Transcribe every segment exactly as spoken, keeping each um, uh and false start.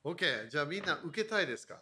OK。じゃあみんな受けたいですか？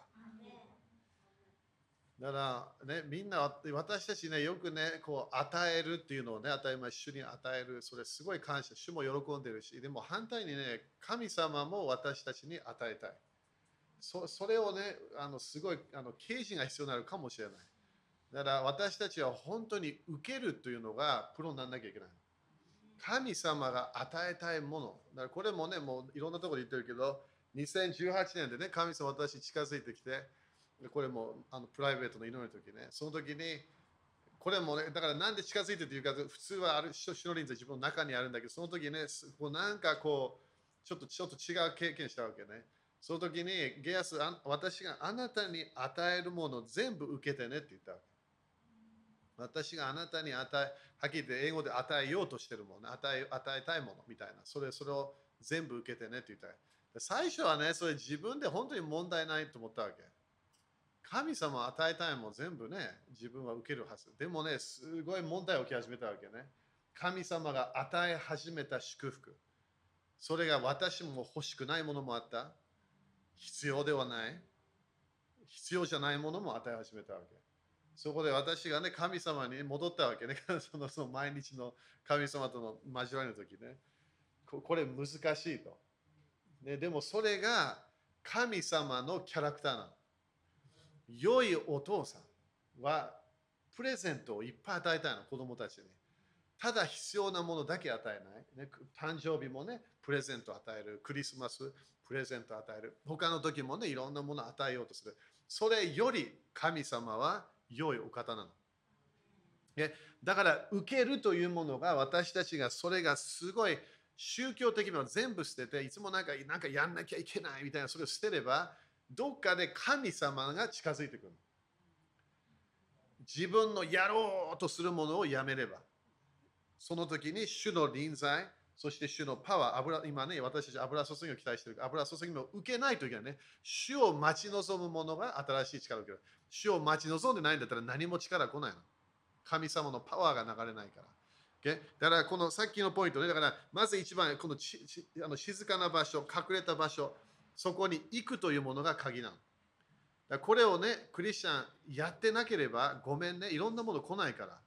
だからね、みんな、私たちね、よくね、こう与えるっていうのをね、当たり前、主に与える、それすごい感謝、主も喜んでるし、でも反対にね、神様も私たちに与えたい。そそれをね、あのすごいあの啓示が必要になるかもしれない。だから私たちは本当に受けるというのがプロにならなきゃいけない。神様が与えたいもの。だからこれもね、もういろんなところで言ってるけど、にせんじゅうはちねんでね、神様私近づいてきて、これもあのプライベートの祈りの時ね、その時に、これもね、だからなんで近づいてというか、普通はある主の臨在自分の中にあるんだけど、その時ね、こうなんかこう、ちょっとちょっと違う経験したわけね。その時に、ゲアス、私があなたに与えるものを全部受けてねって言ったわけ。私があなたに与え、はっきり言って英語で与えようとしてるもの、与え与えたいものみたいな、それそれを全部受けてねって言った。最初はね、それ自分で本当に問題ないと思ったわけ。神様与えたいもの全部ね、自分は受けるはず。でもね、すごい問題起き始めたわけね。神様が与え始めた祝福。それが私も欲しくないものもあった。必要ではない。必要じゃないものも与え始めたわけ。そこで私がね、神様に戻ったわけね。そのその毎日の神様との交わりの時ね。ここれ難しいと。ね、でもそれが神様のキャラクターなの。良いお父さんはプレゼントをいっぱい与えたいの、子供たちに。ただ必要なものだけ与えない。ね、誕生日もね、プレゼントを与える。クリスマス、プレゼントを与える。他の時もね、いろんなものを与えようとする。それより神様は良いお方なの。ね、だから受けるというものが私たちがそれがすごい宗教的には全部捨てていつもなんかなんかやんなきゃいけないみたいなそれを捨てればどっかで神様が近づいてくる。自分のやろうとするものをやめればその時に主の臨在そして主のパワー油今ね私たち油注ぎを期待している油注ぎも受けないといけないね。主を待ち望むものが新しい力を受ける。主を待ち望んでないんだったら何も力来ないの。神様のパワーが流れないから。Okay? だからこのさっきのポイントね、だからまず一番このちちあの静かな場所、隠れた場所、そこに行くというものが鍵なの。だからこれをね、クリスチャンやってなければごめんね、いろんなもの来ないから。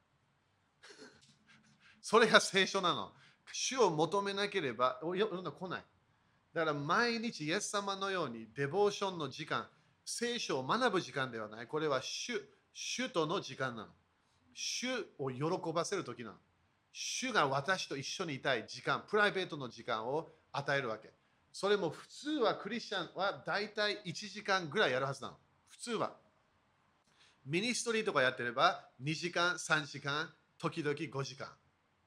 それが聖書なの。主を求めなければいろんな来ない。だから毎日イエス様のようにデボーションの時間、聖書を学ぶ時間ではない。これは主、主との時間なの。主を喜ばせる時なの。主が私と一緒にいたい時間、プライベートの時間を与えるわけ。それも普通はクリスチャンはだいたいいちじかんぐらいやるはずなの。普通は。ミニストリーとかやってればにじかん、さんじかん、時々ごじかん。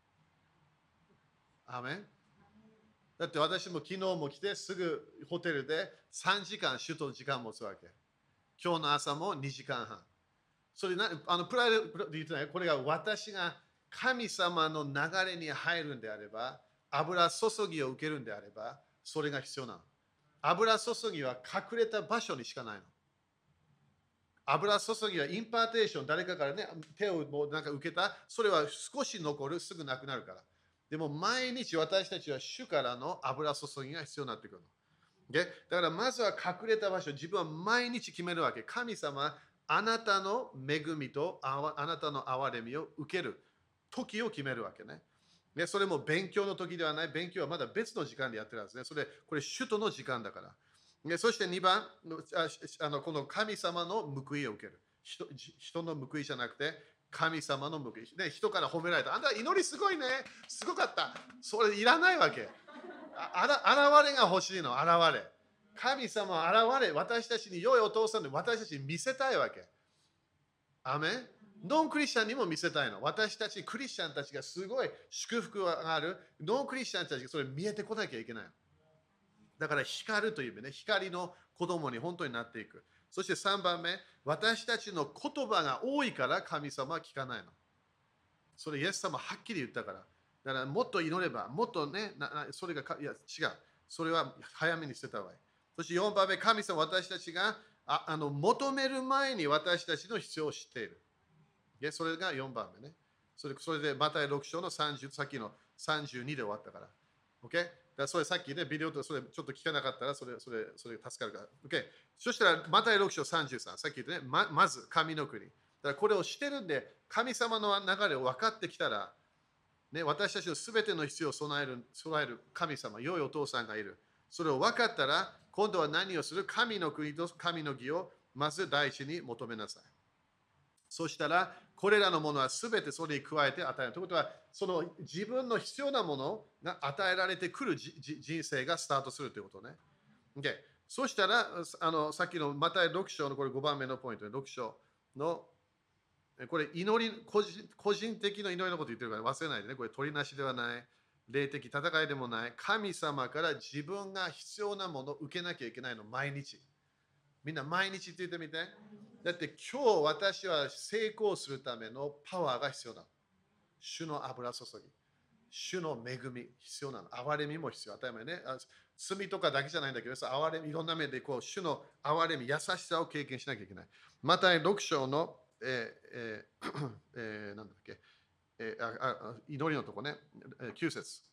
アメン。だって私も昨日も来てすぐホテルでさんじかん主と時間持つわけ。今日の朝もにじかんはん。それなあのプライドで言ってない。これが私が神様の流れに入るんであれば、油注ぎを受けるんであれば、それが必要なの。油注ぎは隠れた場所にしかないの。油注ぎはインパーテーション、誰かからね、手をもうなんか受けた、それは少し残る、すぐなくなるから。でも毎日私たちは主からの油注ぎが必要になってくるの。でだからまずは隠れた場所、自分は毎日決めるわけ。神様、あなたの恵みとあなたの憐れみを受ける時を決めるわけね。でそれも勉強の時ではない、勉強はまだ別の時間でやってるんですね。それ、これ、首都の時間だから。でそしてにばんああの、この神様の報いを受ける。人人の報いじゃなくて、神様の報い。で人から褒められた。あんた祈りすごいね。すごかった。それいらないわけ。あら現れが欲しいの、現れ。神様は現れ、私たちに良いお父さんで私たちに見せたいわけ。アメン。ノンクリスチャンにも見せたいの。私たちクリスチャンたちがすごい祝福がある。ノンクリスチャンたちがそれ見えてこなきゃいけない。だから光るという意味ね、光の子供に本当になっていく。そしてさんばんめ、私たちの言葉が多いから神様は聞かないの。それイエス様はっきり言ったから。だからもっと祈れば、もっとね、ななそれがか、いや違う。それは早めに捨てた方がいい。そしてよんばんめ、神様私たちがああの求める前に私たちの必要を知っている。でそれがよんばんめね。それそれでマタイろく章のさんじゅう、さっきのさんじゅうにで終わったから。OK？ からそれさっきね、ビデオとそれちょっと聞かなかったら、それ、それ、それ助かるから。OK。そしたら、マタイろく章さんじゅうさん、さっき言ったね、ままず神の国。だからこれをしてるんで、神様の流れを分かってきたら、ね、私たちのすべての必要を備える備える神様、良いお父さんがいる。それを分かったら、今度は何をする？神の国と神の義をまず第一に求めなさい。そしたら、これらのものはすべてそれに加えて与える。ということは、その自分の必要なものが与えられてくるじじ人生がスタートするということね。Okay、そしたら、あのさっきのマタイろく章のこれごばんめのポイント、ろく章のこれ祈り個人、個人的な祈りのこと言ってるから忘れないでね。これ取りなしではない。霊的戦いでもない。神様から自分が必要なものを受けなきゃいけないの、毎日。みんな毎日って言ってみて。だって今日私は成功するためのパワーが必要なの。主の油注ぎ。主の恵み必要なの。憐れみも必要。当たり前ね。罪とかだけじゃないんだけど、憐れみいろんな面でこう主の憐れみ、優しさを経験しなきゃいけない。またろく章のえーえーえー、なんだっけ、えーああ、祈りのとこね、きゅう節。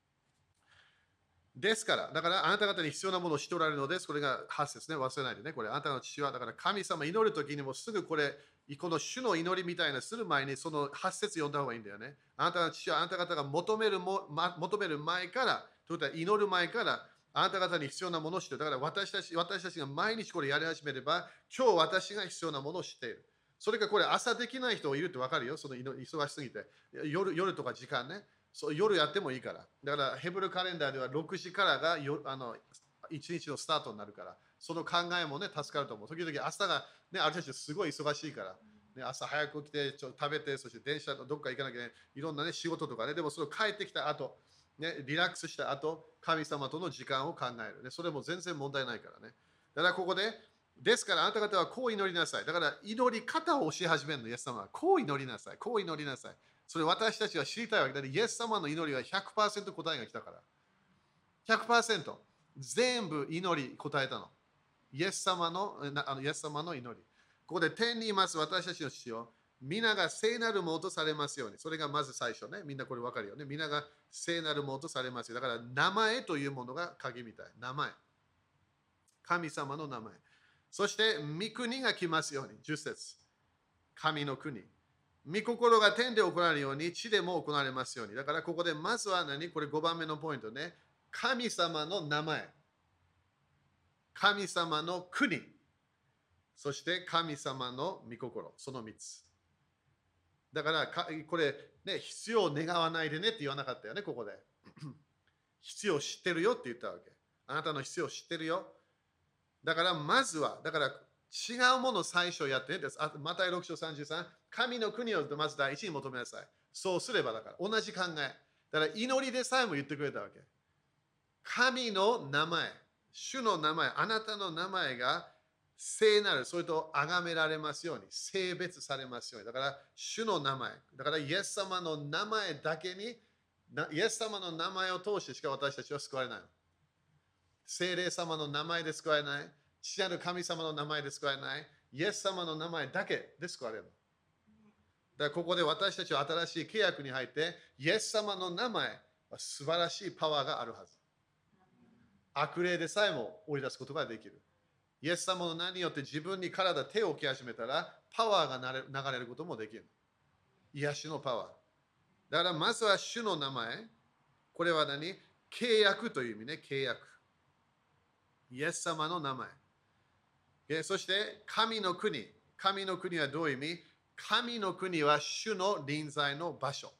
ですから、だからあなた方に必要なものをしておられるのです。これがはち節ね、忘れないでね。これ、あなたの父は、だから神様祈るときにもすぐこれ、この主の祈りみたいなする前に、そのはち節読んだ方がいいんだよね。あなたの父はあなた方が求めるも、ま、求める前から、ということは祈る前から、あなた方に必要なものを知っている。だから私たち私たちが毎日これやり始めれば、今日私が必要なものを知っている。それかこれ朝できない人いるって分かるよ。その忙しすぎて。夜夜とか時間ね。そう夜やってもいいから。だからヘブルカレンダーではろくじからがよあのいちにちのスタートになるから、その考えもね、助かると思う。時々朝が、ね、ある人すごい忙しいから、ね、朝早く起きてちょ食べて、そして電車とどっか行かなきゃいけない。いろんな、ね、仕事とかね。でもそれを帰ってきた後、ね、リラックスした後、神様との時間を考える。ね、それも全然問題ないからね。だからここで、ですからあなた方はこう祈りなさい。だから祈り方を教え始めるの、イエス様は。こう祈りなさい。こう祈りなさい。それ私たちは知りたいわけだ。イエス様の祈りはひゃくパーセント答えが来たから。ひゃくパーセント。全部祈り答えたの。イエス様の、あのイエス様の祈り。ここで天にいます私たちの父よ。皆が聖なるものとされますように。それがまず最初ね。みんなこれ分かるよね。皆が聖なるものとされますように。だから名前というものが鍵みたい。名前。神様の名前。そして、御国が来ますように。じゅっ節。神の国。御心が天で行われるように、地でも行われますように。だからここでまずは何？これごばんめのポイントね。神様の名前。神様の国。そして神様の御心。そのみっつ。だからか、これ、ね、必要を願わないでねって言わなかったよね、ここで。必要を知ってるよって言ったわけ。あなたの必要を知ってるよ。だからまずは、だから違うものを最初やってね。マタイろく章さんじゅうさん、神の国をまず第一に求めなさい。そうすればだから、同じ考え。だから祈りでさえも言ってくれたわけ。神の名前、主の名前、あなたの名前が聖なる、それと崇められますように、性別されますように。だから、主の名前。だから、イエス様の名前だけに、イエス様の名前を通してしか私たちは救われないの。聖霊様の名前で救われない。父なる神様の名前で救われない。イエス様の名前だけで救われる。だからここで私たちは新しい契約に入って、イエス様の名前は素晴らしいパワーがあるはず。悪霊でさえも追い出すことができる。イエス様の名によって自分に体、手を置き始めたら、パワーが流れることもできる。癒しのパワー。だからまずは主の名前。これは何？契約という意味ね、契約。イエス様の名前。そして神の国。神の国はどういう意味？神の国は主の臨在の場所。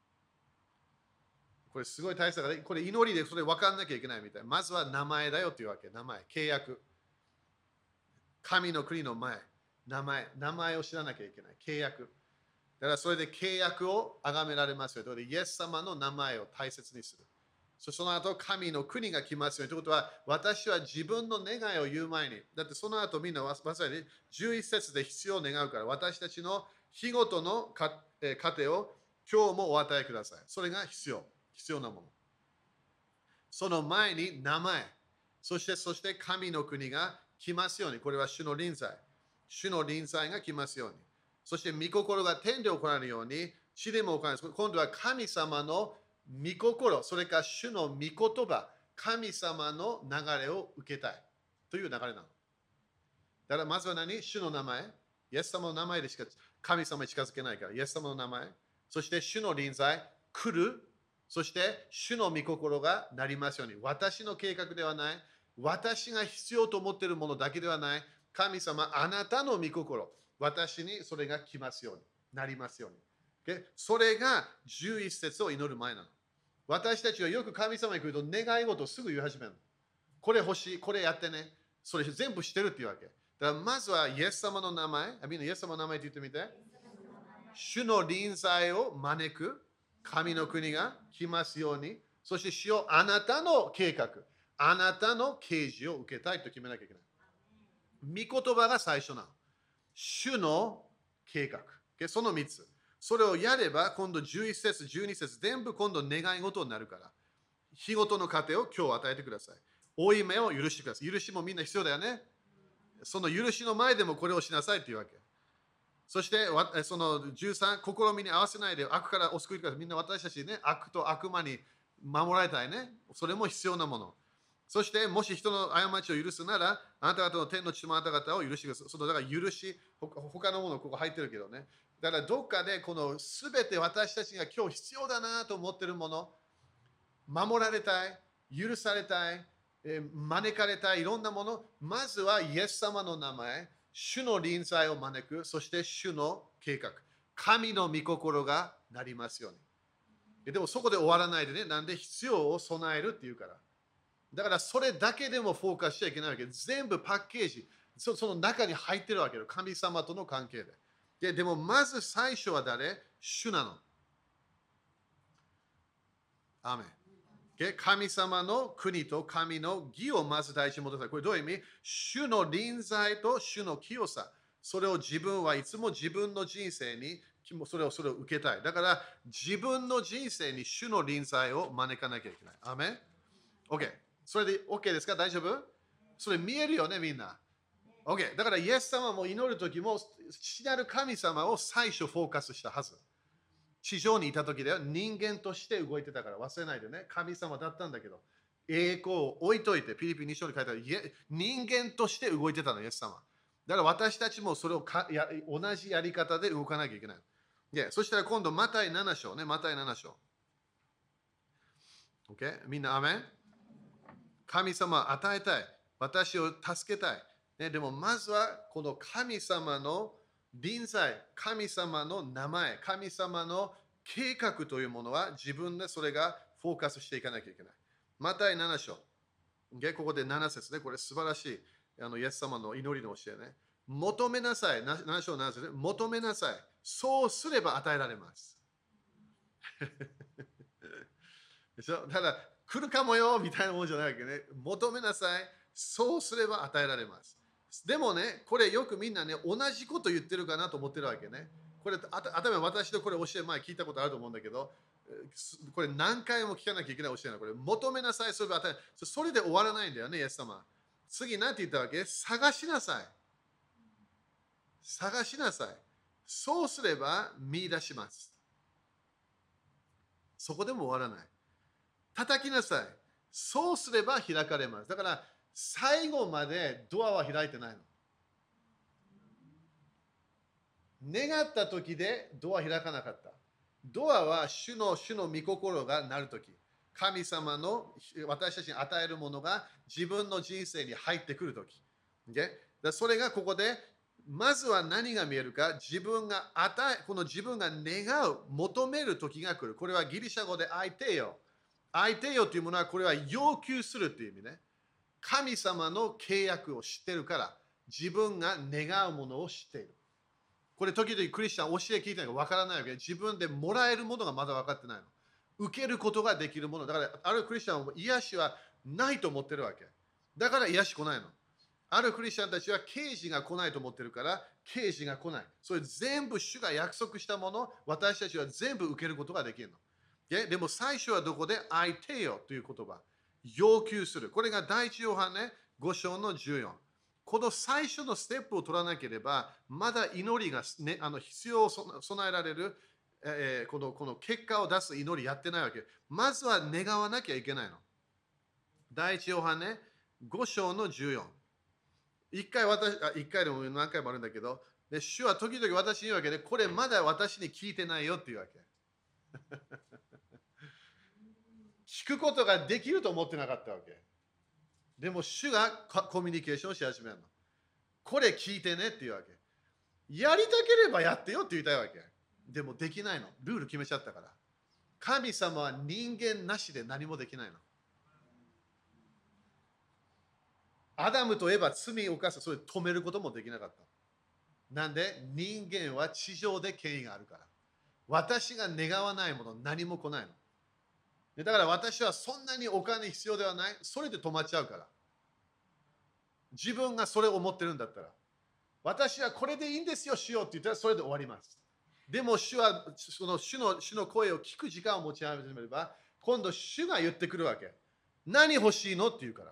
これすごい大切だから、これ祈りでそれ分かんなきゃいけないみたい。まずは名前だよというわけ。名前。契約。神の国の前。名前。名前を知らなきゃいけない。契約。だからそれで契約を崇められますよ。だからイエス様の名前を大切にする。その後、神の国が来ますように。ということは、私は自分の願いを言う前に、だってその後みんなまさにじゅういち節で必要を願うから、私たちの日ごとの糧を今日もお与えください。それが必要。必要なもの。その前に名前、そしてそして神の国が来ますように。これは主の臨在。主の臨在が来ますように。そして御心が天で行われるように、地でも行われる。今度は神様の御心、それから主の御言葉、神様の流れを受けたいという流れなの。だからまずは何？主の名前。イエス様の名前でしか神様に近づけないから、イエス様の名前。そして主の臨在、来る。そして主の御心がなりますように。私の計画ではない。私が必要と思っているものだけではない。神様、あなたの御心。私にそれが来ますように。なりますように。Okay? それがじゅういち節を祈る前なの。私たちはよく神様に来ると願い事をすぐ言い始めるの。これ欲しい、これやってね。それ全部してるっていうわけ。だからまずはイエス様の名前。みんなイエス様の名前って言ってみて。主の臨在を招く神の国が来ますように。そして主よあなたの計画、あなたの啓示を受けたいと決めなきゃいけない。御言葉が最初なの。主の計画。そのみっつ。それをやれば今度じゅういち節、じゅうに節全部今度願い事になるから。日ごとの糧を今日与えてください。負い目を許してください。許しもみんな必要だよね。その許しの前でもこれをしなさいというわけ。そして、そのじゅうさん、試みに合わせないで悪からお救いください。みんな私たちね、悪と悪魔に守られたいね。それも必要なもの。そして、もし人の過ちを許すなら、あなた方の天の父もあなた方を許してください。そのだから許し、他のものここ入ってるけどね。だからどっかでこのすべて私たちが今日必要だなと思っているもの、守られたい、許されたい、えー、招かれたい、いろんなもの、まずはイエス様の名前、主の臨在を招く、そして主の計画、神の御心がなりますように。でもそこで終わらないでね、なんで必要を備えるっていうから。だからそれだけでもフォーカスしちゃいけないわけ。全部パッケージ、そその中に入ってるわけよ。神様との関係で。で, でもまず最初は誰？主なの。アメン。神様の国と神の義をまず第一に戻さい。これどういう意味？主の臨在と主の清さ。それを自分はいつも自分の人生にそれをそれを受けたい。だから自分の人生に主の臨在を招かなきゃいけない。アメン。OK。それで OK ですか？大丈夫？それ見えるよね、みんな。OK。だからイエス様も祈るときも父なる神様を最初フォーカスしたはず。地上にいたときだよ。人間として動いてたから忘れないでね。神様だったんだけど。栄光を置いといて、ピリピに章に書いてある。人間として動いてたの、イエス様。だから私たちもそれをかや同じやり方で動かなきゃいけない。でそしたら今度、マタイなな章ね。マタイなな章。OK？ みんな、アメン？神様を与えたい。私を助けたい。ね、でもまずはこの神様の臨在、神様の名前、神様の計画というものは自分でそれがフォーカスしていかなきゃいけない。マタイなな章。ここでなな節ね。これ素晴らしい。あのイエス様の祈りの教えね。求めなさい。なな章なな節ね。求めなさい。そうすれば与えられます。でしょ？ただ、来るかもよみたいなもんじゃないわけね。求めなさい。そうすれば与えられます。でもね、これよくみんなね、同じこと言ってるかなと思ってるわけね。これ、あため私とこれ教え前聞いたことあると思うんだけど、これ何回も聞かなきゃいけない教えなの。これ、求めなさい、それ与えそれで終わらないんだよね、イエス様。次、何て言ったわけ？探しなさい。探しなさい。そうすれば見出します。そこでも終わらない。叩きなさい。そうすれば開かれます。だから、最後までドアは開いてないの。願った時でドア開かなかった。ドアは主の主の御心がなる時。神様の私たちに与えるものが自分の人生に入ってくる時。Okay? だそれがここで、まずは何が見えるか、自分が与え、この自分が願う、求める時が来る。これはギリシャ語で相手よ。相手よというものはこれは要求するという意味ね。神様の契約を知ってるから、自分が願うものを知っている。これ時々クリスチャン教え聞いてないから分からないわけで、自分でもらえるものがまだ分かってないの。受けることができるもの。だから、あるクリスチャンは癒しはないと思ってるわけ。だから癒し来ないの。あるクリスチャンたちは啓示が来ないと思ってるから、啓示が来ない。それ全部主が約束したもの、私たちは全部受けることができるの。で, でも最初はどこで相手よという言葉。要求する。これが第一ヨハネご章のじゅうよん。この最初のステップを取らなければ、まだ祈りが、ね、あの必要を備えられるえーこのこの結果を出す祈りやってないわけ。まずは願わなきゃいけないの。第一ヨハネご章のじゅうよん。一回私、あ、一回でも何回もあるんだけど、で主は時々私に言うわけで、これまだ私に聞いてないよっていうわけ。聞くことができると思ってなかったわけ。でも主がコミュニケーションし始めるの。これ聞いてねっていうわけ。やりたければやってよって言いたいわけ。でもできないの。ルール決めちゃったから。神様は人間なしで何もできないの。アダムとエバ罪を犯す、それ止めることもできなかった。なんで人間は地上で権威があるから。私が願わないもの何も来ないの。だから私はそんなにお金必要ではない。それで止まっちゃうから。自分がそれを思ってるんだったら。私はこれでいいんですよ、しようって言ったらそれで終わります。でも主はその主の主の声を聞く時間を持ち始めれば、今度主が言ってくるわけ。何欲しいのって言うから。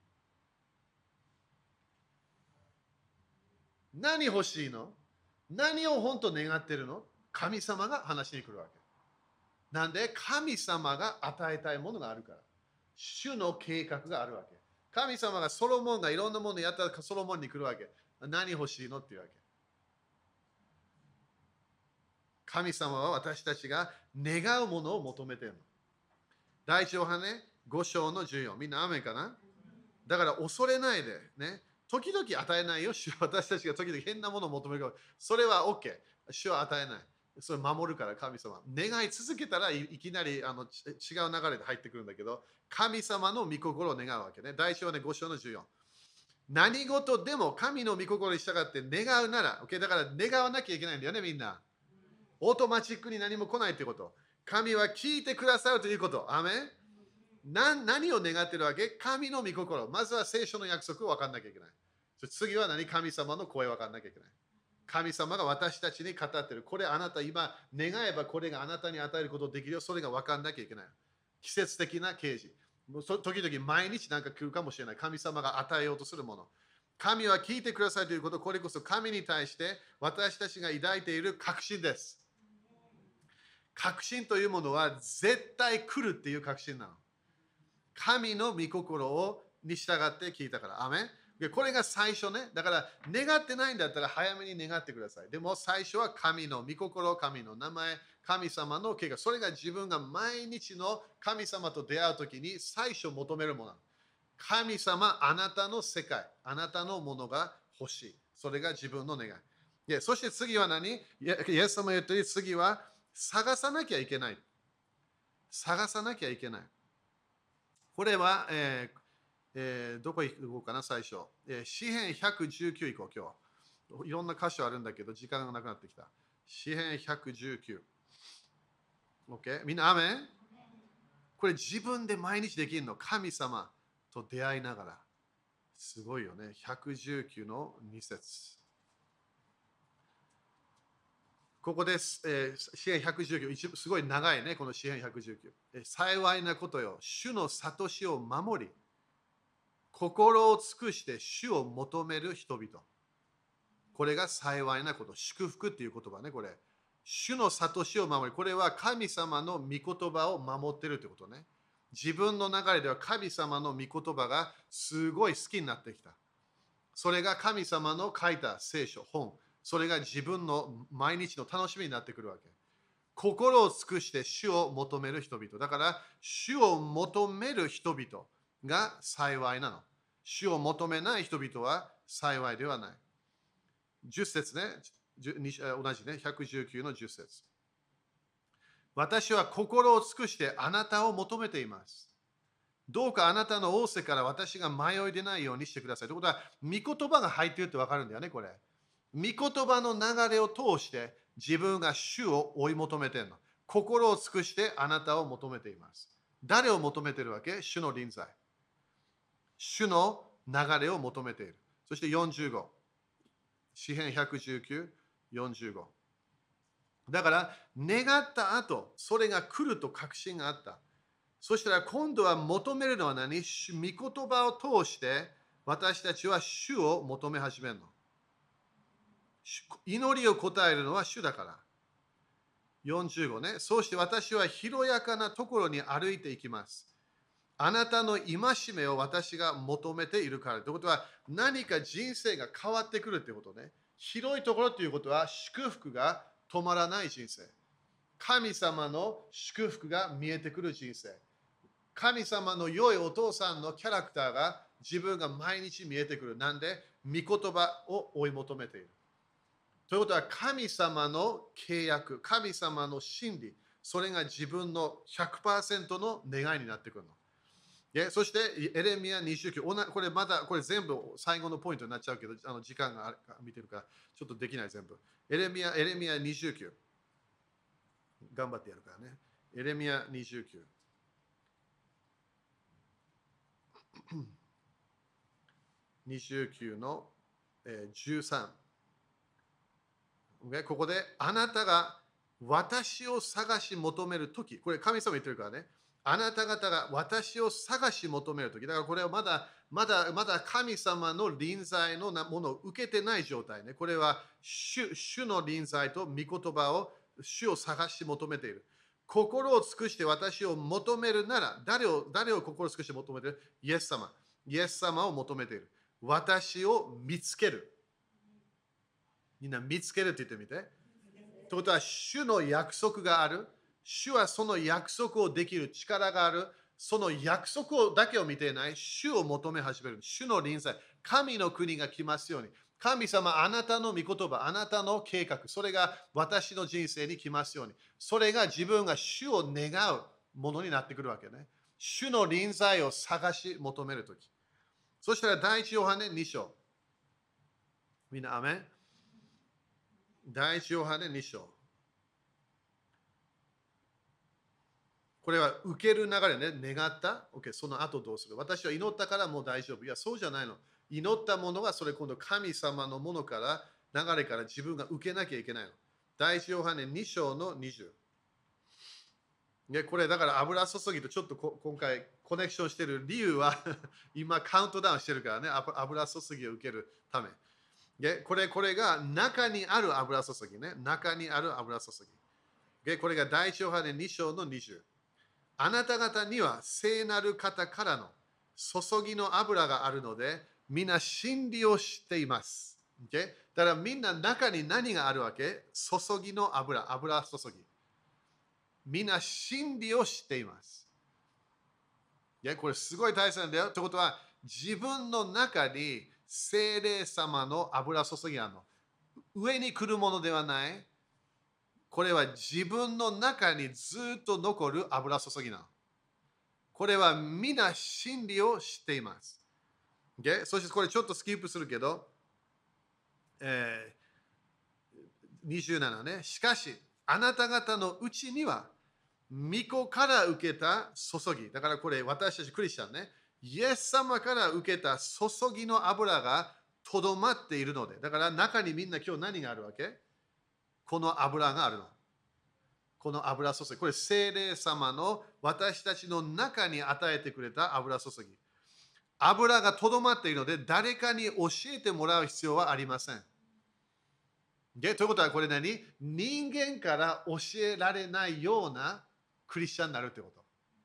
何欲しいの？何を本当願ってるの？神様が話しに来るわけ。なんで神様が与えたいものがあるから。主の計画があるわけ。神様がソロモンがいろんなものやったらソロモンに来るわけ。何欲しいのっていうわけ。神様は私たちが願うものを求めているの。第一ヨハネご章のじゅうよん。みんなアーメンかな？だから恐れないでね。時々与えないよ。主は私たちが時々変なものを求めるから。それは OK。主は与えない。それ守るから神様。願い続けたらいきなりあの違う流れで入ってくるんだけど、神様の御心を願うわけね。第一ヨハネご章のじゅうよん。何事でも神の御心に従って願うなら、OK、だから願わなきゃいけないんだよね、みんな。オートマチックに何も来ないということ。神は聞いてくださるということ。アメン。何何を願ってるわけ？神の御心。まずは聖書の約束を分かんなきゃいけない。次は何？神様の声を分かんなきゃいけない。神様が私たちに語ってる。これあなた今願えばこれがあなたに与えることできるよ。それが分かんなきゃいけない。季節的な啓示。時々毎日なんか来るかもしれない。神様が与えようとするもの。神は聞いてくださいということ、これこそ神に対して私たちが抱いている確信です。確信というものは絶対来るっていう確信なの。神の御心をに従って聞いたから。アメン。これが最初ね。だから願ってないんだったら早めに願ってください。でも最初は神の御心、神の名前、神様の計画。それが自分が毎日の神様と出会うときに最初求めるもの。神様、あなたの世界、あなたのものが欲しい。それが自分の願い。でそして次は何？イエス様が言ったように次は探さなきゃいけない。探さなきゃいけない。これは、えーえーどこ行こうかな、最初。えー、詩編ひゃくじゅうきゅう行こう、今日。いろんな箇所あるんだけど、時間がなくなってきた。詩編ひゃくじゅうきゅう。OK？ みんな、アメン？これ自分で毎日できるの。神様と出会いながら。すごいよね。ひゃくじゅうきゅうのに節。ここです。えー、詩編ひゃくじゅうきゅう。すごい長いね、この詩編ひゃくじゅうきゅう。えー、幸いなことよ。主の諭しを守り、心を尽くして主を求める人々。これが幸いなこと。祝福っていう言葉ね、これ。主の諭しを守り。これは神様の御言葉を守ってるってことね。自分の流れでは神様の御言葉がすごい好きになってきた。それが神様の書いた聖書、本。それが自分の毎日の楽しみになってくるわけ。心を尽くして主を求める人々。だから、主を求める人々が幸いなの。主を求めない人々は幸いではない。じゅっ節ね。同じね。ひゃくじゅうきゅうのじゅっ節。私は心を尽くしてあなたを求めています。どうかあなたの仰せから私が迷い出ないようにしてください。ということは、御言葉が入っているって分かるんだよね、これ。御言葉の流れを通して自分が主を追い求めているの。心を尽くしてあなたを求めています。誰を求めているわけ？主の臨在。主の流れを求めている。そしてよんじゅうご。詩編ひゃくじゅうきゅう、よんじゅうご。だから、願った後、それが来ると確信があった。そしたら今度は求めるのは何？御言葉を通して私たちは主を求め始めるの。祈りを答えるのは主だから。 よんじゅうごね。そうして私は広やかなところに歩いていきます。あなたの戒めを私が求めているからということは、何か人生が変わってくるということね。広いところということは、祝福が止まらない人生。神様の祝福が見えてくる人生。神様の良いお父さんのキャラクターが自分が毎日見えてくる。なんで、御言葉を追い求めている。ということは、神様の契約、神様の真理、それが自分のひゃくパーセントの願いになってくるの。でそして、エレミアにじゅうきゅう、これまだ、これ全部最後のポイントになっちゃうけど、あの時間があるか見てるから、ちょっとできない全部。エレミア、エレミアにじゅうきゅう。頑張ってやるからね。エレミアにじゅうきゅう。にじゅうきゅうの、えー、じゅうさん。ここで、あなたが私を探し求めるとき、これ神様言ってるからね。あなた方が私を探し求めるとき、だからこれはまだまだまだ神様の臨在のものを受けてない状態ね。これは 主, 主の臨在と御言葉を主を探し求めている。心を尽くして私を求めるなら、誰を誰を心を尽くして求めている？イエス様。イエス様を求めている。私を見つける。みんな見つけるって言ってみて。ということは、主の約束がある。主はその約束をできる力がある。その約束をだけを見ていない。主を求め始める。主の臨在。神の国が来ますように。神様、あなたの御言葉、あなたの計画、それが私の人生に来ますように。それが自分が主を願うものになってくるわけね。主の臨在を探し求めるとき。そしたら第一ヨハネに章。みんな、アメン。第一ヨハネに章。これは受ける流れね、願った、OK、その後どうする？私は祈ったからもう大丈夫。いや、そうじゃないの。祈ったものはそれ今度神様のものから、流れから自分が受けなきゃいけないの。第一ヨハネに章のにじゅう。でこれだから油注ぎとちょっとこ今回コネクションしてる理由は今カウントダウンしてるからね、油注ぎを受けるため。でこれこれが中にある油注ぎね。中にある油注ぎ。でこれが第一ヨハネに章のにじゅう。あなた方には聖なる方からの注ぎの油があるので、みんな真理を知っています。Okay? だからみんな中に何があるわけ？注ぎの油、油注ぎ。みんな真理を知っています。Okay? これすごい大切なんだよ。ということは、自分の中に聖霊様の油注ぎがあるの。上に来るものではない。これは自分の中にずっと残る油注ぎなの。これは皆真理を知っています。Okay? そしてこれちょっとスキップするけど、えー、にじゅうななね。しかし、あなた方のうちには、御子から受けた注ぎ。だからこれ私たちクリスチャンね。イエス様から受けた注ぎの油がとどまっているので。だから中にみんな今日何があるわけ？この油があるの。この油注ぎ。これ、聖霊様の私たちの中に与えてくれた油注ぎ。油がとどまっているので、誰かに教えてもらう必要はありません。でということは、これ何？人間から教えられないようなクリスチャンになるってこと。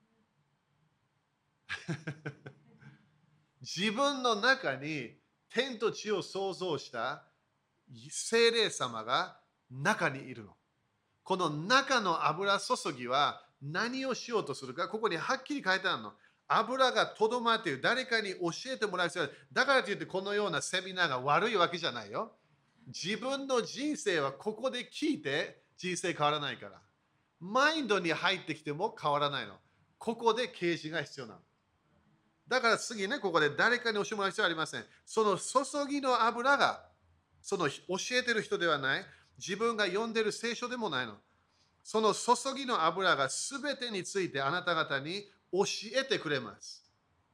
自分の中に天と地を創造した聖霊様が中にいるの。この中の油注ぎは何をしようとするか、ここにはっきり書いてあるの。油がとどまっている。誰かに教えてもらう必要。だからといってこのようなセミナーが悪いわけじゃないよ。自分の人生はここで聞いて人生変わらないから。マインドに入ってきても変わらないの。ここで啓示が必要なの。だから次ね、ここで誰かに教えてもらう必要はありません。その注ぎの油が、その教えてる人ではない。自分が読んでる聖書でもないの。その注ぎの油がすべてについてあなた方に教えてくれます。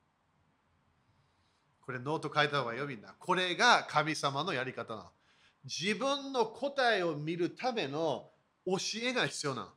これノート書いた方がいいよみんな。これが神様のやり方なの。自分の答えを見るための教えが必要なの。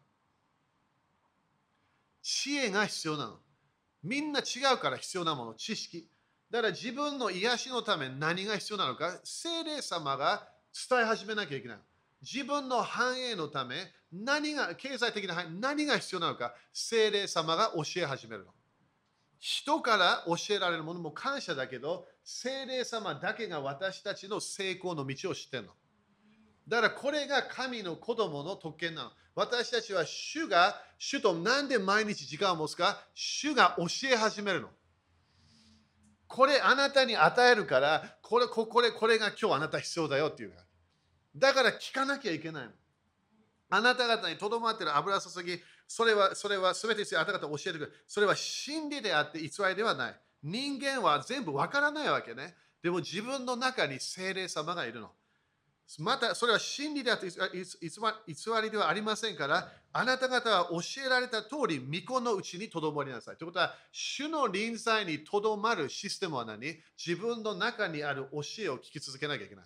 知恵が必要なの。みんな違うから必要なもの、知識。だから自分の癒しのために何が必要なのか、聖霊様が伝え始めなきゃいけない。 自分の繁栄のため、何が、経済的な繁栄、何が必要なのか、聖霊様が教え始めるの。人から教えられるものも感謝だけど、聖霊様だけが私たちの成功の道を知ってるの。だからこれが神の子供の特権なの。私たちは主が、主となんで毎日時間を持つか、主が教え始めるの。これあなたに与えるから、これ、これ、これが今日あなた必要だよっていう。だから聞かなきゃいけないの。あなた方にとどまっている油注ぎ、それは、それは全てあなた方教えてくれる。それは真理であって偽りではない。人間は全部わからないわけね。でも自分の中に聖霊様がいるの。また、それは真理であって偽りではありませんから、あなた方は教えられた通り、御子のうちにとどまりなさい。ということは、主の臨在にとどまるシステムは何？自分の中にある教えを聞き続けなきゃいけない。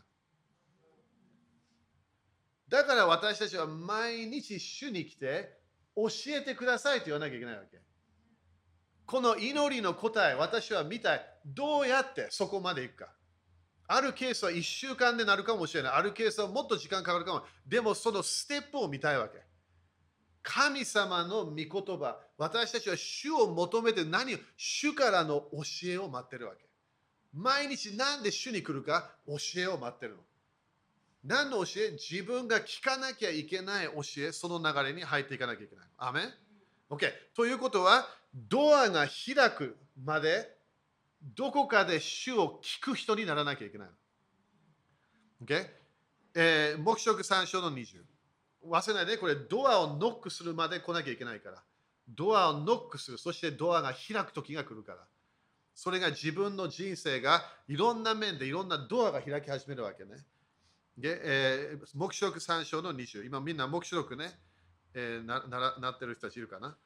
だから私たちは毎日主に来て、教えてくださいと言わなきゃいけないわけ。この祈りの答え、私は見たい。どうやってそこまで行くか。あるケースはいっしゅうかんでなるかもしれない。あるケースはもっと時間かかるかも。でもそのステップを見たいわけ。神様の御言葉。私たちは主を求めて何を、主からの教えを待ってるわけ。毎日なんで主に来るか、教えを待ってるの。何の教え？自分が聞かなきゃいけない教え、その流れに入っていかなきゃいけない。アメン？ OK。ということは、ドアが開くまで、どこかで主を聞く人にならなきゃいけない。OK？えー、黙示録さん章のにじゅう。忘れないで、これドアをノックするまで来なきゃいけないから。ドアをノックする。そしてドアが開く時が来るから。それが自分の人生がいろんな面でいろんなドアが開き始めるわけね。で、えー、黙示録さん章のにじゅう。今みんな黙示録ね、えー、なななってる人たちいるかな？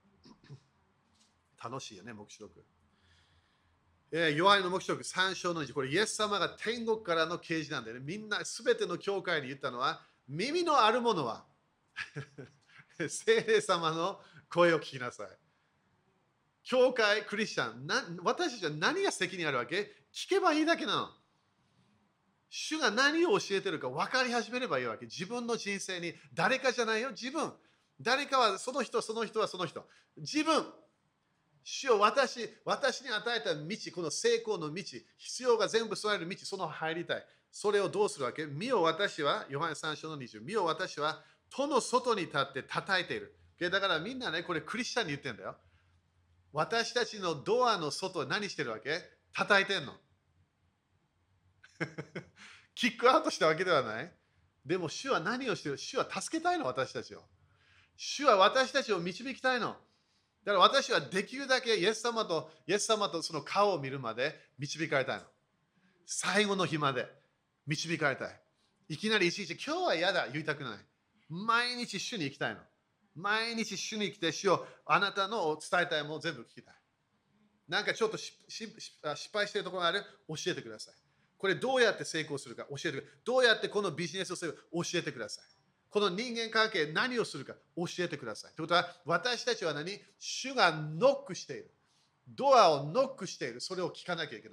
楽しいよね、黙示録。えー、弱いの黙示録さん章のにじゅう。これイエス様が天国からの啓示なんでね。みんなすべての教会に言ったのは、耳のあるものは聖霊様の声を聞きなさい。教会、クリスチャン、な私たちは何が責任あるわけ？聞けばいいだけなの。主が何を教えてるか分かり始めればいいわけ。自分の人生に誰かじゃないよ、自分。誰かはその人、その人はその人。自分。主を私、私に与えた道、この成功の道、必要が全部備える道、その入りたい。それをどうするわけ？見よ私は、ヨハネさん章のにじゅう、見よ私は、戸の外に立って叩いている。だからみんなね、これクリスチャンに言ってんだよ。私たちのドアの外何してるわけ？叩いてんの。キックアウトしたわけではない。でも主は何をしている？主は助けたいの、私たちを。主は私たちを導きたいの。だから私はできるだけイエス様と、イエス様とその顔を見るまで導かれたいの。最後の日まで導かれたい。いきなりいちいち今日は嫌だ言いたくない。毎日主に行きたいの。毎日主に来て主をあなたの伝えたいものを全部聞きたい。なんかちょっと失敗しているところがある？教えてください。これどうやって成功するか教えてください。どうやってこのビジネスをするか教えてください。この人間関係何をするか教えてください。ということは私たちは何？主がノックしている。ドアをノックしている。それを聞かなきゃいけない。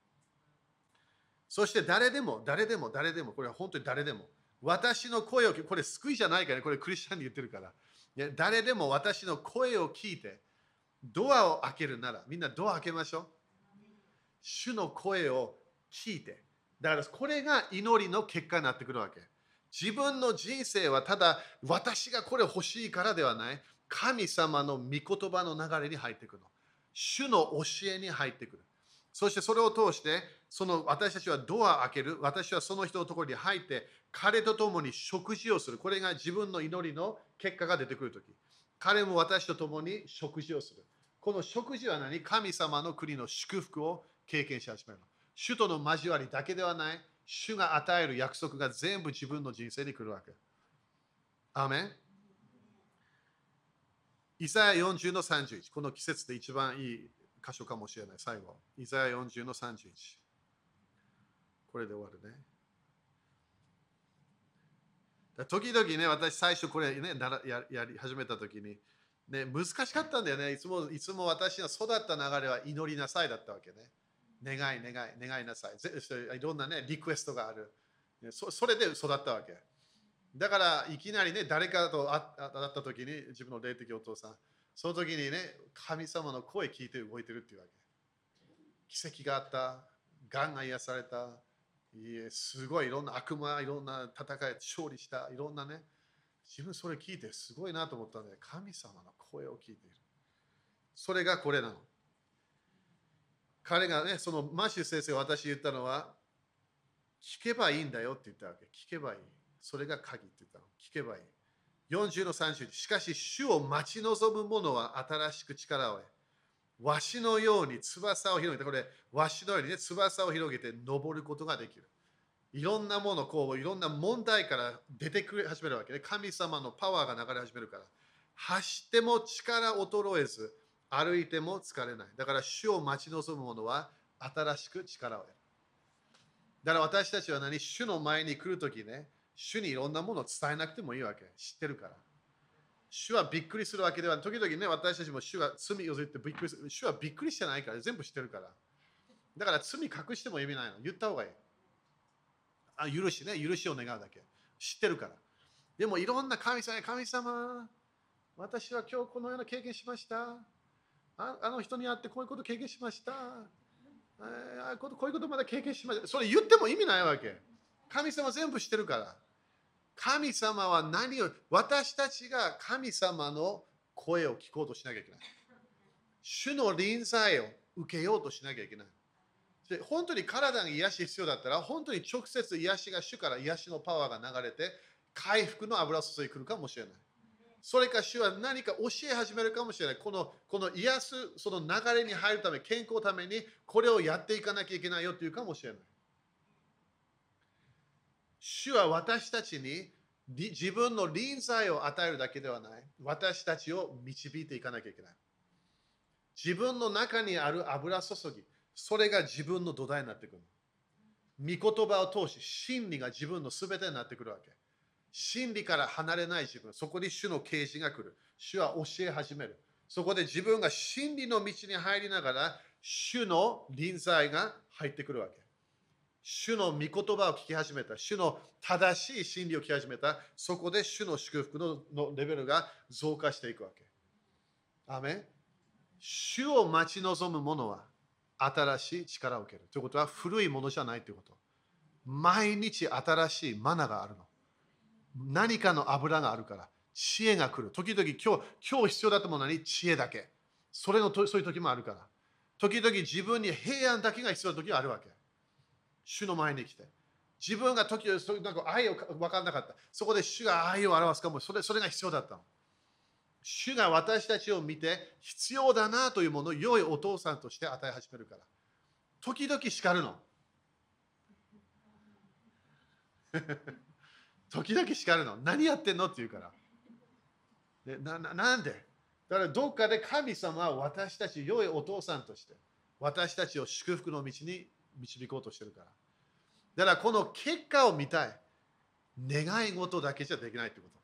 そして誰でも、誰でも、誰でも、これは本当に誰でも。私の声を聞く。これ救いじゃないからね。これクリスチャンに言ってるから。誰でも私の声を聞いて、ドアを開けるなら、みんなドア開けましょう。主の声を聞いて。だからこれが祈りの結果になってくるわけ。自分の人生はただ私がこれ欲しいからではない。神様の御言葉の流れに入ってくるの。主の教えに入ってくる。そしてそれを通して、その私たちはドアを開ける。私はその人のところに入って、彼と共に食事をする。これが自分の祈りの結果が出てくるとき。彼も私と共に食事をする。この食事は何？神様の国の祝福を経験し始めるの。主との交わりだけではない。主が与える約束が全部自分の人生に来るわけ。アーメン。イザヤよんじゅうのさんじゅういち。この季節で一番いい箇所かもしれない。最後。イザヤよんじゅうのさんじゅういち。これで終わるね。時々ね、私最初これね、ややり始めた時に、ね、難しかったんだよね。いつもいつも私の育った流れは祈りなさいだったわけね。願い、願い、願いなさい。いろんなね、リクエストがある。そそれで育ったわけ。 だからいきなりね、誰かと会った時に、自分の霊的お父さん、その時にね、神様の声聞いて動いてるっていうわけ。奇跡があった、がんが癒された、いえ、すごいいろんな悪魔、いろんな戦い、勝利した、いろんなね、自分それ聞いてすごいなと思ったので、神様の声を聞いている。それがこれなの。彼がね、そのマシュー先生が私言ったのは、聞けばいいんだよって言ったわけ。聞けばいい。それが鍵って言ったの。聞けばいい。よんじゅうのさんじゅう。しかし、主を待ち望む者は新しく力を得。わしのように翼を広げて、これ、わしのようにね、翼を広げて登ることができる。いろんなもの、こう、いろんな問題から出てくる始めるわけね。神様のパワーが流れ始めるから。走っても力衰えず、歩いても疲れない。だから、主を待ち望む者は新しく力を得る。だから私たちは何、主の前に来るときね、主にいろんなものを伝えなくてもいいわけ。知ってるから。主はびっくりするわけではない。時々ね、私たちも主が罪を言ってびっくりする。主はびっくりしてないから、全部知ってるから。だから罪隠しても意味ないの。言った方がいい。あ、許しね、許しを願うだけ。知ってるから。でもいろんな神様、神様、私は今日このような経験しました。ああの人に会ってこういうこと経験しました。あこういうことまだ経験しました。それ言っても意味ないわけ。神様全部知ってるから。神様は何を、私たちが神様の声を聞こうとしなきゃいけない。主の臨在を受けようとしなきゃいけない。で本当に体に癒し必要だったら、本当に直接癒しが主から癒しのパワーが流れて、回復の油注いくるかもしれない。それか主は何か教え始めるかもしれない。このこの癒すその流れに入るため、健康のためにこれをやっていかなきゃいけないよというかもしれない。主は私たちに自分の臨在を与えるだけではない。私たちを導いていかなきゃいけない。自分の中にある油注ぎ、それが自分の土台になってくる。御言葉を通し、真理が自分の全てになってくるわけ。真理から離れない自分、そこに主の啓示が来る。主は教え始める。そこで自分が真理の道に入りながら、主の臨在が入ってくるわけ。主の御言葉を聞き始めた。主の正しい真理を聞き始めた。そこで主の祝福 の, のレベルが増加していくわけ。アメン。主を待ち望む者は新しい力を受ける。ということは古いものじゃないということ。毎日新しいマナがあるの。何かの油があるから。知恵が来る。時々今日、今日必要だと思うのに知恵だけ。それのそういう時もあるから。時々自分に平安だけが必要な時があるわけ。主の前に来て。自分が時々なんか愛を分からなかった。そこで主が愛を表すかも。それそれが必要だったの。主が私たちを見て必要だなというものを良いお父さんとして与え始めるから。時々叱るの。時々叱るの。何やってんのって言うから。でなななんでだからどっかで神様は私たち良いお父さんとして私たちを祝福の道に導こうとしてるから。だからこの結果を見たい。願い事だけじゃできないってこと。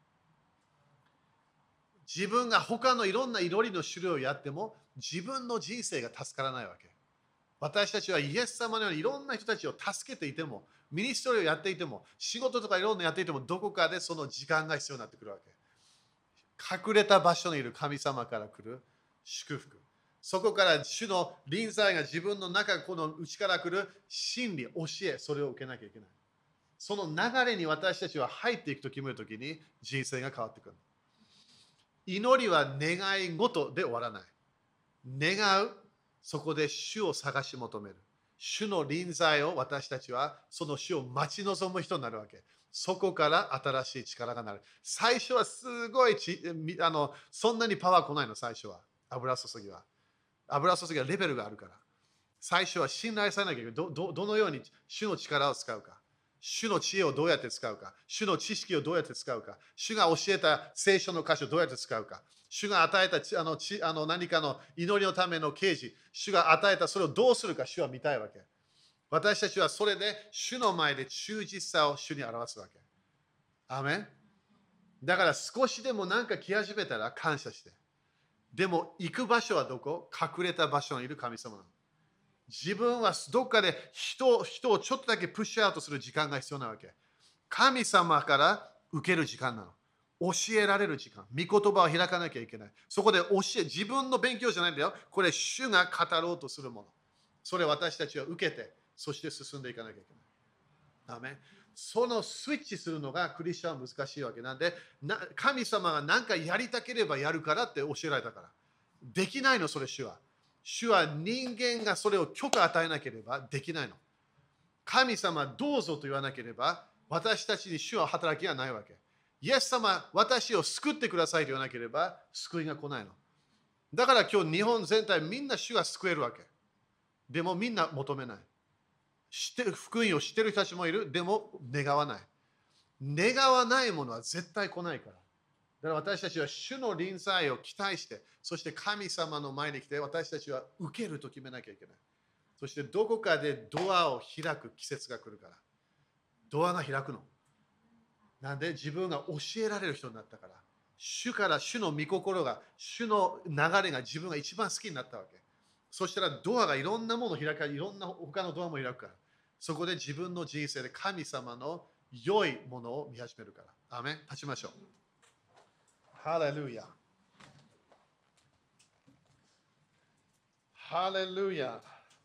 自分が他のいろんな祈りの種類をやっても自分の人生が助からないわけ。私たちはイエス様のようにいろんな人たちを助けていても、ミニストリーをやっていても、仕事とかいろんなやっていても、どこかでその時間が必要になってくるわけ。隠れた場所にいる神様から来る祝福。そこから主の臨在が自分の中、この内から来る真理、教え、それを受けなきゃいけない。その流れに私たちは入っていくと決めるときに人生が変わってくる。祈りは願い事で終わらない。願う、そこで主を探し求める。主の臨在を私たちはその主を待ち望む人になるわけ。そこから新しい力がなる。最初はすごいちあのそんなにパワー来ないの、最初は。油注ぎは。油注ぎはレベルがあるから。最初は信頼されなきゃいけない。どどどのように主の力を使うか。主の知恵をどうやって使うか。主の知識をどうやって使うか。主が教えた聖書の箇所をどうやって使うか。主が与えたあのちあの何かの祈りのための啓示。主が与えたそれをどうするか主は見たいわけ。私たちはそれで主の前で忠実さを主に表すわけ。アメン。だから少しでも何か来始めたら感謝して。でも行く場所はどこ？隠れた場所にいる神様なの。自分はどっかで人人をちょっとだけプッシュアウトする時間が必要なわけ。神様から受ける時間なの。教えられる時間。御言葉を開かなきゃいけない。そこで教え、自分の勉強じゃないんだよ。これ、主が語ろうとするもの。それを私たちは受けて、そして進んでいかなきゃいけない。アメン。そのスイッチするのがクリスチャンは難しいわけなんで、な神様が何かやりたければやるからって教えられたから。できないの、それ主は。主は人間がそれを許可与えなければできないの。神様どうぞと言わなければ、私たちに主は働きがないわけ。イエス様、私を救ってくださいと言わなければ、救いが来ないの。だから今日日本全体みんな主が救えるわけ。でもみんな求めない。知って福音を知ってる人たちもいる。でも願わない。願わないものは絶対来ないから。だから私たちは主の臨在を期待して、そして神様の前に来て私たちは受けると決めなきゃいけない。そしてどこかでドアを開く季節が来るから。ドアが開くの。なんで自分が教えられる人になったから。主から主の御心が、主の流れが自分が一番好きになったわけ。そしたらドアがいろんなものを開かれ、いろんな他のドアも開くから。そこで自分の人生で神様の良いものを見始めるから。アーメン。立ちましょう。ハレルヤ。ハレルヤ。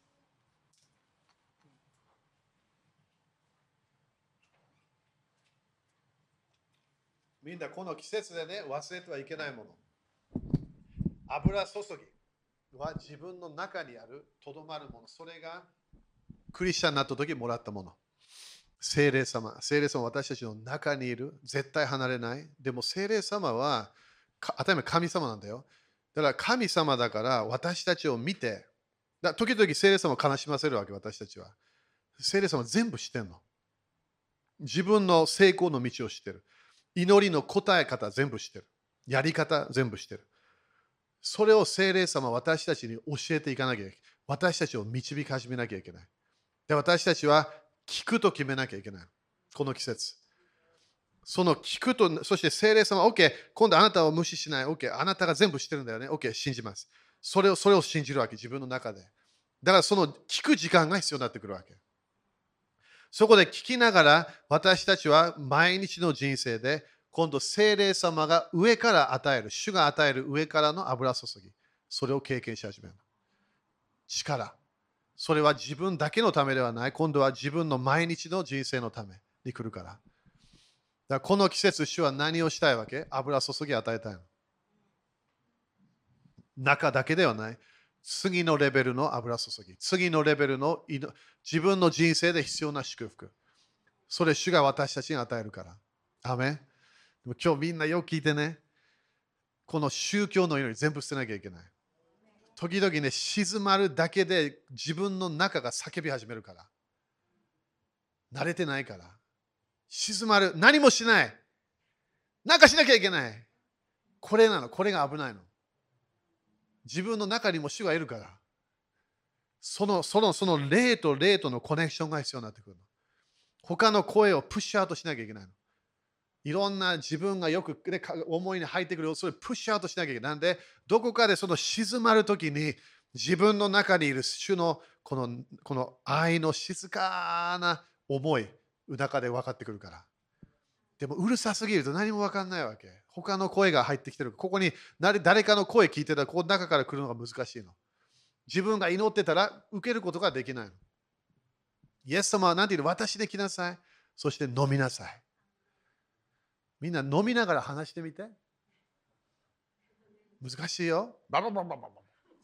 みんなこの季節でね、忘れてはいけないもの。油注ぎは自分の中にあるとどまるもの。それがクリスチャンになった時もらったもの。聖霊様。聖霊様は私たちの中にいる。絶対離れない。でも聖霊様は当たり前神様なんだよ。だから神様だから私たちを見て、だ時々聖霊様を悲しませるわけ、私たちは。聖霊様は全部知ってんの。自分の成功の道を知ってる。祈りの答え方全部知ってる。やり方全部知ってる。それを聖霊様は私たちに教えていかなきゃいけない。私たちを導き始めなきゃいけない。で私たちは聞くと決めなきゃいけない。この季節。その聞くと、そして聖霊様は OK、今度あなたを無視しない。OK、あなたが全部知ってるんだよね。OK、信じます。それを、それを信じるわけ、自分の中で。だからその聞く時間が必要になってくるわけ。そこで聞きながら私たちは毎日の人生で今度聖霊様が上から与える、主が与える上からの油注ぎ、それを経験し始める。力。それは自分だけのためではない。今度は自分の毎日の人生のために来るから。だからこの季節、主は何をしたいわけ？油注ぎ与えたいの。中だけではない。次のレベルの油注ぎ。次のレベルの自分の人生で必要な祝福。それ主が私たちに与えるから。アメン。でも今日みんなよく聞いてね。この宗教の祈り全部捨てなきゃいけない。時々ね、静まるだけで自分の中が叫び始めるから。慣れてないから。静まる。何もしない。なんかしなきゃいけない。これなの。これが危ないの。自分の中にも主がいるから。その、その、その霊と霊とのコネクションが必要になってくるの。他の声をプッシュアウトしなきゃいけないの。いろんな自分がよく、ね、思いに入ってくる、それをプッシュアウトしなきゃいけない。なんで、どこかでその静まるときに、自分の中にいる主のこのこの愛の静かな思い、中で分かってくるから。でも、うるさすぎると何も分かんないわけ。他の声が入ってきてる。ここに誰かの声聞いてたら、この中から来るのが難しいの。自分が祈ってたら受けることができないの。イエス様は何て言うの？私で来なさい。そして飲みなさい。みんな飲みながら話してみて。難しいよ。ババババババ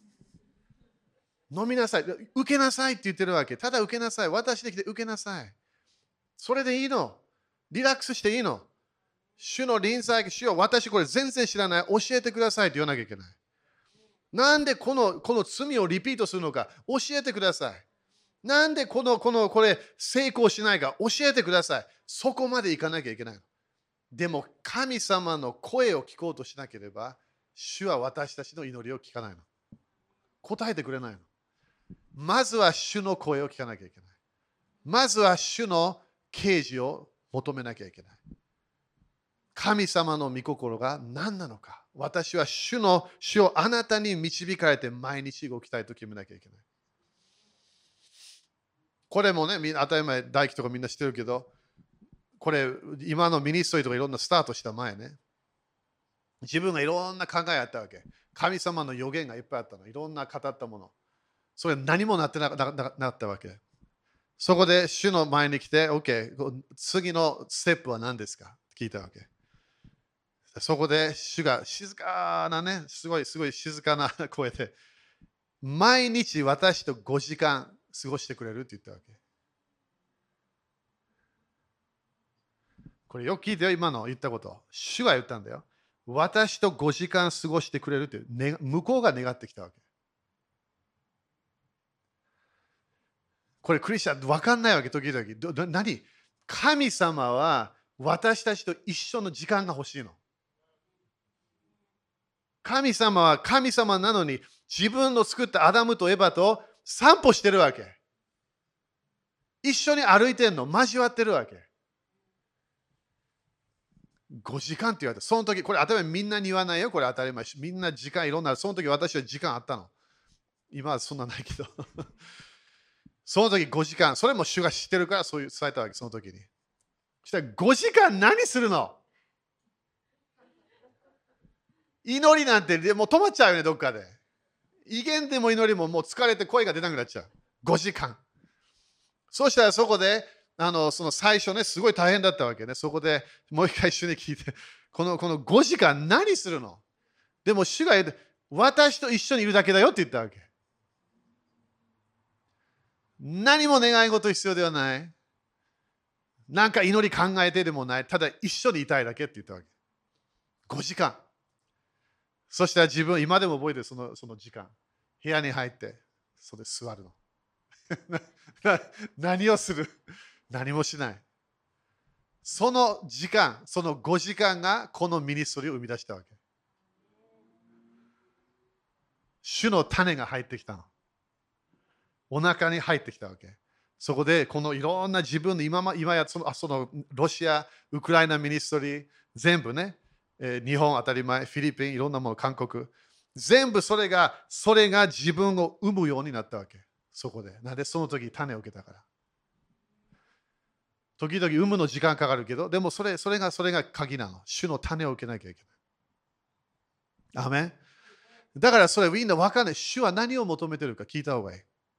飲みなさい。受けなさいって言ってるわけ。ただ受けなさい。私で来て受けなさい。それでいいの。リラックスしていいの。主の臨在、主よ、私これ全然知らない。教えてくださいって言わなきゃいけない。なんでこの、この罪をリピートするのか教えてください。なんでこの、この、これ成功しないか教えてください。そこまでいかなきゃいけない。でも神様の声を聞こうとしなければ、主は私たちの祈りを聞かないの。答えてくれないの。まずは主の声を聞かなきゃいけない。まずは主の啓示を求めなきゃいけない。神様の御心が何なのか。私は主の主をあなたに導かれて毎日動きたいと決めなきゃいけない。これもね、当たり前、大輝とかみんな知ってるけど、 これ、今のミニストリーとかいろんなスタートした前ね。自分がいろんな考えあったわけ。神様の予言がいっぱいあったの。いろんな語ったもの。それ何もなってななななったわけ。そこで主の前に来て、OK、次のステップは何ですか聞いたわけ。そこで主が静かなね、すごいすごい静かな声で、毎日私とごじかん過ごしてくれるって言ったわけ。これよく聞いてよ、今の言ったこと。主が言ったんだよ。私とごじかん過ごしてくれるって、ね、向こうが願ってきたわけ。これクリスチャン分かんないわけ、時々。どど何神様は私たちと一緒の時間が欲しいの。神様は神様なのに自分の作ったアダムとエバと散歩してるわけ。一緒に歩いてんの、交わってるわけ。ごじかんって言われた。その時、これ当たり前みんなに言わないよ。これ当たり前。みんな時間いろんな、その時私は時間あったの。今はそんなないけど。その時ごじかん。それも主が知ってるからそういう伝えたわけ、その時に。そしたらごじかん何するの？祈りなんてもう止まっちゃうよね、どっかで。威厳でも祈りももう疲れて声が出なくなっちゃう。ごじかん。そしたらそこで、あのその最初ね、すごい大変だったわけね。そこでもう一回主に聞いて、このこのごじかん何するの？でも主が言って、私と一緒にいるだけだよって言ったわけ。何も願い事必要ではない。なんか祈り考えてでもない。ただ一緒にいたいだけって言ったわけ。ごじかん。そしたら自分、今でも覚えてるそのその時間。部屋に入って、それ座るの。何をする？何もしない。その時間、そのごじかんがこのミニストリーを生み出したわけ。主の種が入ってきたの。お腹に入ってきたわけ。そこでこのいろんな自分の今ま今やそのあそのロシア、ウクライナミニストリー、全部ね、えー日本当たり前、フィリピン、いろんなもの、韓国、全部それが、それが自分を生むようになったわけ。そこで。なんでその時種を受けたから。時々産むの時間かかるけど、でもそれそれがそれが鍵なの。主の種を受けなきゃいけない。アメン。だからそれみんな分かんない。主は何を求めてるか聞いた方がいい。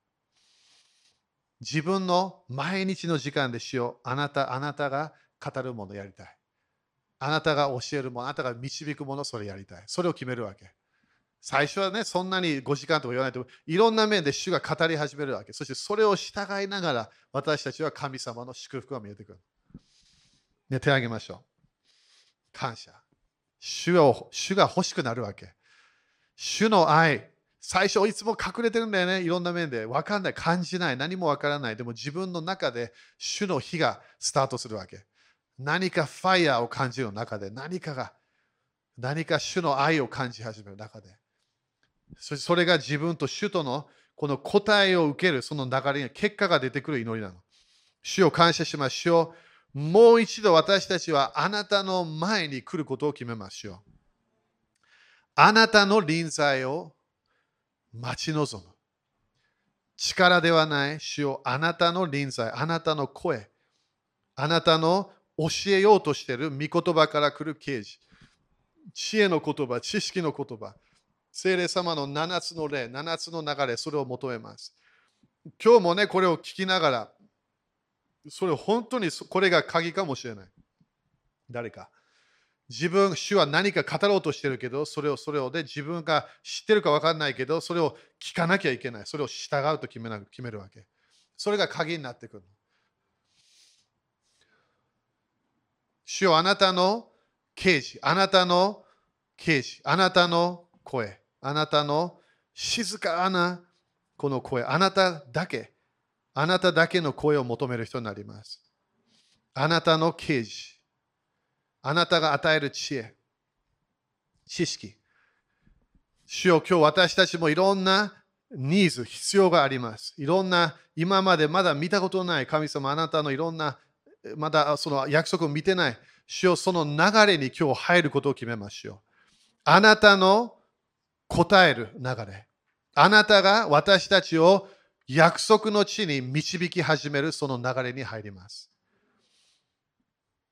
自分の毎日の時間で主よ、あなた、あなたが語るものをやりたい。あなたが教えるもの、あなたが導くもの、それやりたい。それを決めるわけ。最初はね、そんなにごじかんとか言わないと、いろんな面で主が語り始めるわけ。そしてそれを従いながら、私たちは神様の祝福が見えてくる。ね、手を挙げましょう。感謝。主を主が欲しくなるわけ。主の愛。最初いつも隠れてるんだよね。いろんな面で。分かんない。感じない。何も分からない。でも自分の中で主の火がスタートするわけ。何かファイヤーを感じる中で、何かが、何か主の愛を感じ始める中で。そそれが自分と主とのこの答えを受けるその流れに結果が出てくる祈りなの。主を感謝しましょう。もう一度私たちはあなたの前に来ることを決めましょう。あなたの臨在を待ち望む。力ではない主よ、あなたの臨在、あなたの声、あなたの教えようとしている御言葉から来る啓示、知恵の言葉、知識の言葉、聖霊様のななつの霊、ななつの流れ、それを求めます。今日もね、これを聞きながら、それ本当にこれが鍵かもしれない。誰か。自分、主は何か語ろうとしてるけど、それを、それをで自分が知ってるか分かんないけど、それを聞かなきゃいけない。それを従うと決めな決めるわけ。それが鍵になってくる。主よ、あなたの啓示、あなたの啓示、あなたの声、あなたの静かなこの声、あなただけ、あなただけの声を求める人になります。あなたの啓示、あなたが与える知恵、知識。主よ、今日私たちもいろんなニーズ、必要があります。いろんな、今までまだ見たことのない神様、あなたのいろんな、まだその約束を見てない。主よ、その流れに今日入ることを決めましょう。あなたの答える流れ。あなたが私たちを約束の地に導き始めるその流れに入ります。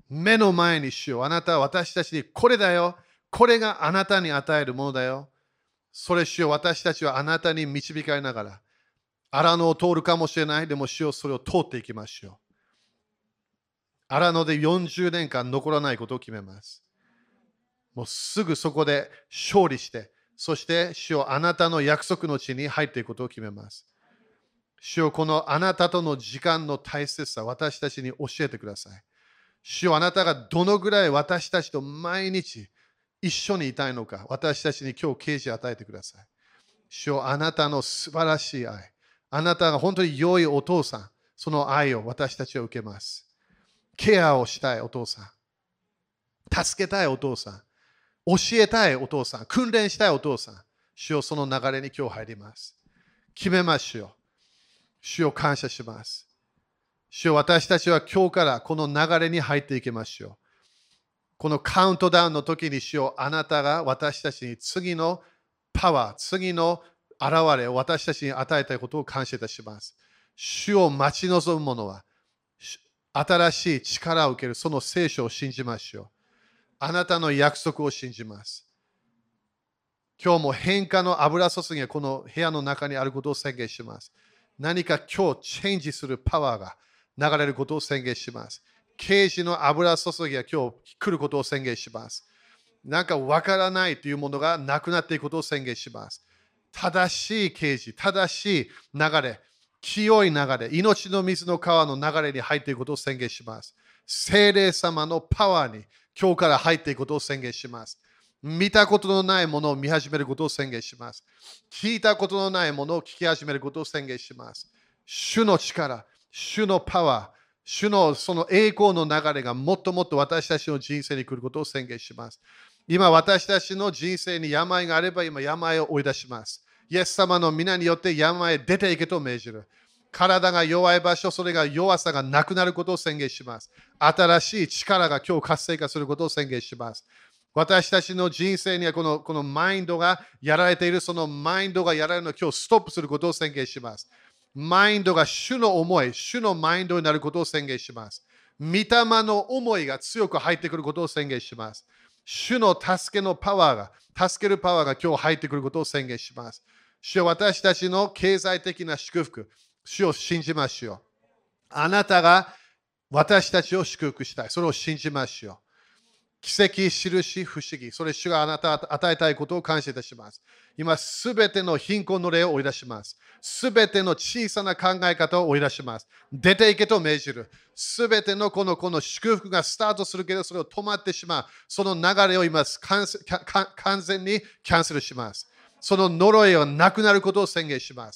目の前に主よ、あなたは私たちにこれだよ。これがあなたに与えるものだよ。それ主よ、私たちはあなたに導かれながら、荒野を通るかもしれない。でも主よ、それを通っていきましょう。荒野でよんじゅうねんかん残らないことを決めます。もうすぐそこで勝利して、そして主よ、あなたの約束の地に入っていくことを決めます。主よ、このあなたとの時間の大切さ、私たちに教えてください。主よ、あなたがどのぐらい私たちと毎日一緒にいたいのか、私たちに今日啓示を与えてください。主よ、あなたの素晴らしい愛、あなたが本当に良いお父さん、その愛を私たちは受けます。ケアをしたいお父さん、助けたいお父さん、教えたいお父さん、訓練したいお父さん、主よ、その流れに今日入ります。決めましょう。主を感謝します。主よ、私たちは今日からこの流れに入っていきましょう。このカウントダウンの時に主よ、あなたが私たちに次のパワー、次の現れを私たちに与えたいことを感謝いたします。主を待ち望む者は、新しい力を受けるその聖書を信じましょう。あなたの約束を信じます。今日も変化の油注ぎがこの部屋の中にあることを宣言します。何か今日チェンジするパワーが流れることを宣言します。啓示の油注ぎが今日来ることを宣言します。なんかわからないというものがなくなっていくことを宣言します。正しい啓示、正しい流れ、清い流れ、命の水の川の流れに入っていくことを宣言します。聖霊様のパワーに今日から入っていくことを宣言します。見たことのないものを見始めることを宣言します。聞いたことのないものを聞き始めることを宣言します。主の力、主のパワー、主のその栄光の流れがもっともっと私たちの人生に来ることを宣言します。今私たちの人生に病があれば今病を追い出します。イエス様の皆によって病へ出ていけと命じる。体が弱い場所、それが弱さがなくなることを宣言します。新しい力が今日活性化することを宣言します。私たちの人生にはこのこのマインドがやられている、そのマインドがやられるのを今日ストップすることを宣言します。マインドが主の思い、主のマインドになることを宣言します。御霊の思いが強く入ってくることを宣言します。主の助けのパワーが、助けるパワーが今日入ってくることを宣言します。主よ、私たちの経済的な祝福、主を信じましょう。あなたが私たちを祝福したい。それを信じましょう。奇跡、印、不思議。それ主があなたを与えたいことを感謝いたします。今、すべての貧困の例を追い出します。すべての小さな考え方を追い出します。出ていけと命じる。すべてのこのこの祝福がスタートするけど、それを止まってしまう。その流れを今、完全にキャンセルします。その呪いはなくなることを宣言します。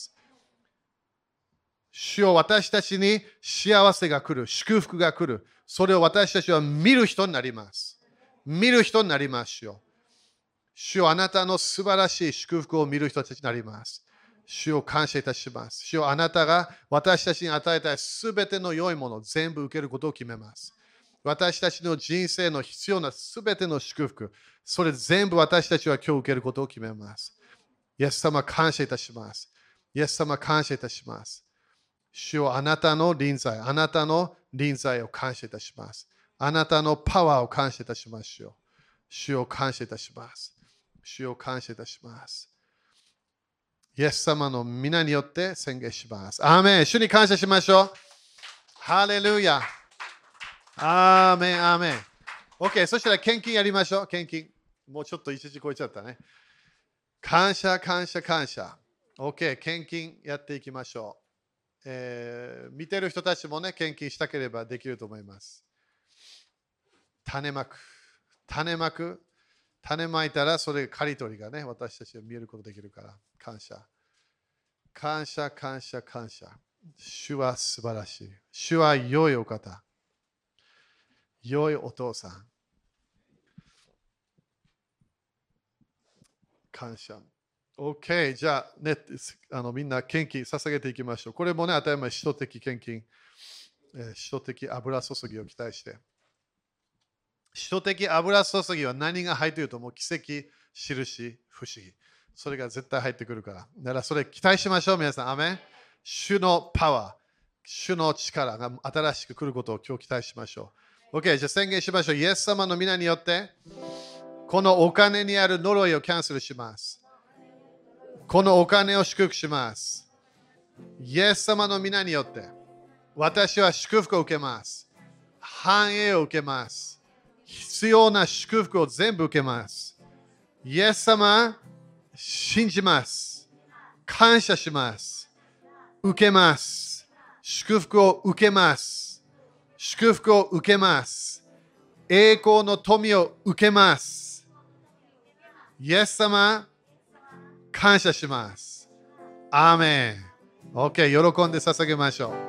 主よ、私たちに幸せが来る、祝福が来る。それを私たちは見る人になります。見る人になりましょう。主よ、あなたの素晴らしい祝福を見る人たちになります。主を感謝いたします。主よ、あなたが私たちに与えたすべての良いものを全部受けることを決めます。私たちの人生の必要なすべての祝福、それ全部私たちは今日受けることを決めます。イエス様、感謝いたします。イエス様、感謝いたします。主よ、あなたの臨在、あなたの臨在を感謝いたします。あなたのパワーを感謝いたしましょう。主を感謝いたします。主を感謝いたします。イエス様の皆によって宣言します。アーメン。主に感謝しましょう。ハレルヤ。アーメン、アーメン。OK、そしたら献金やりましょう。献金。もうちょっと一時超えちゃったね。感謝、感謝、感謝。OK、献金やっていきましょう。えー、見てる人たちもね、献金したければできると思います。種まく。種まく。種まいたら、それが刈り取りがね、私たちが見えることできるから。感謝。感謝、感謝、感謝。主は素晴らしい。主は良いお方。良いお父さん。感謝。OK。じゃあ、ね、あのみんな献金捧げていきましょう。これもね、当たり前、使徒的献金、えー、使徒的油注ぎを期待して。使徒的油注ぎは何が入っているともう奇跡、印、不思議。それが絶対入ってくるから。だからそれ期待しましょう、皆さん。アメン。主のパワー、主の力が新しく来ることを今日期待しましょう。 OK、じゃあ宣言しましょう。イエス様の皆によって、このお金にある呪いをキャンセルします。このお金を祝福します。イエス様の皆によって、私は祝福を受けます。繁栄を受けます。必要な祝福を全部受けます。イエス様、信じます。感謝します。受けます。祝福を受けます。祝福を受けます。栄光の富を受けます。イエス様、感謝します。アーメン。OK、喜んで捧げましょう。